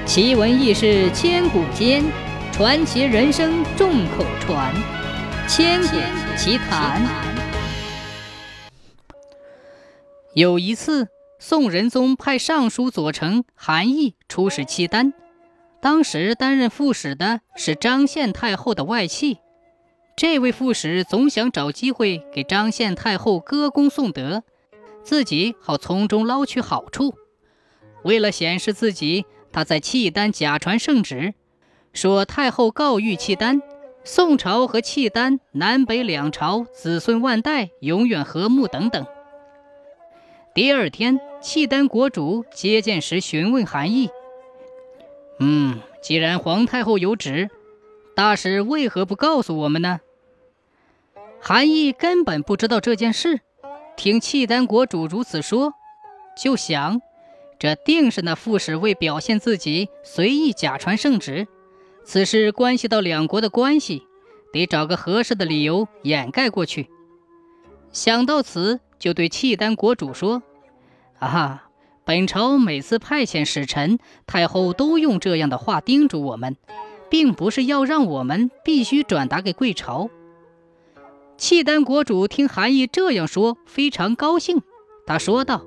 奇闻异事千古间，传奇人生众口传。千古奇谈。有一次，宋仁宗派尚书左丞韩毅出使契丹，当时担任副使的是张献太后的外戚。这位副使总想找机会给张献太后歌功颂德，自己好从中捞取好处。为了显示自己，他在契丹假传圣旨，说太后告谕契丹，宋朝和契丹南北两朝子孙万代永远和睦等等。第二天，契丹国主接见时询问韩毅，既然皇太后有旨，大使为何不告诉我们呢？韩毅根本不知道这件事，听契丹国主如此说，就想这定是那副使为表现自己随意假传圣旨，此事关系到两国的关系，得找个合适的理由掩盖过去。想到此，就对契丹国主说，本朝每次派遣使臣，太后都用这样的话叮嘱我们，并不是要让我们必须转达给贵朝。契丹国主听韩毅这样说，非常高兴，他说道，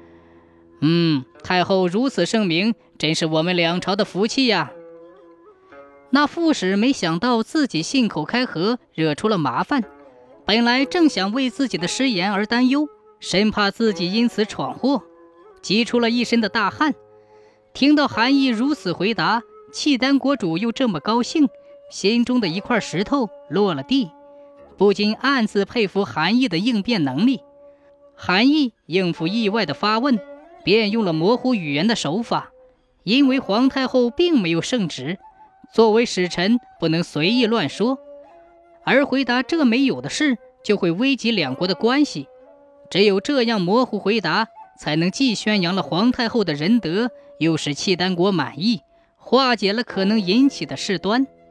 太后如此圣明，真是我们两朝的福气呀。那副使没想到自己信口开河，惹出了麻烦，本来正想为自己的失言而担忧，生怕自己因此闯祸，急出了一身的大汗。听到韩毅如此回答，契丹国主又这么高兴，心中的一块石头落了地，不禁暗自佩服韩毅的应变能力。韩毅应付意外的发问，便用了模糊语言的手法，因为皇太后并没有圣旨，作为使臣不能随意乱说，而回答这没有的事就会危及两国的关系，只有这样模糊回答，才能既宣扬了皇太后的仁德，又使契丹国满意，化解了可能引起的事端。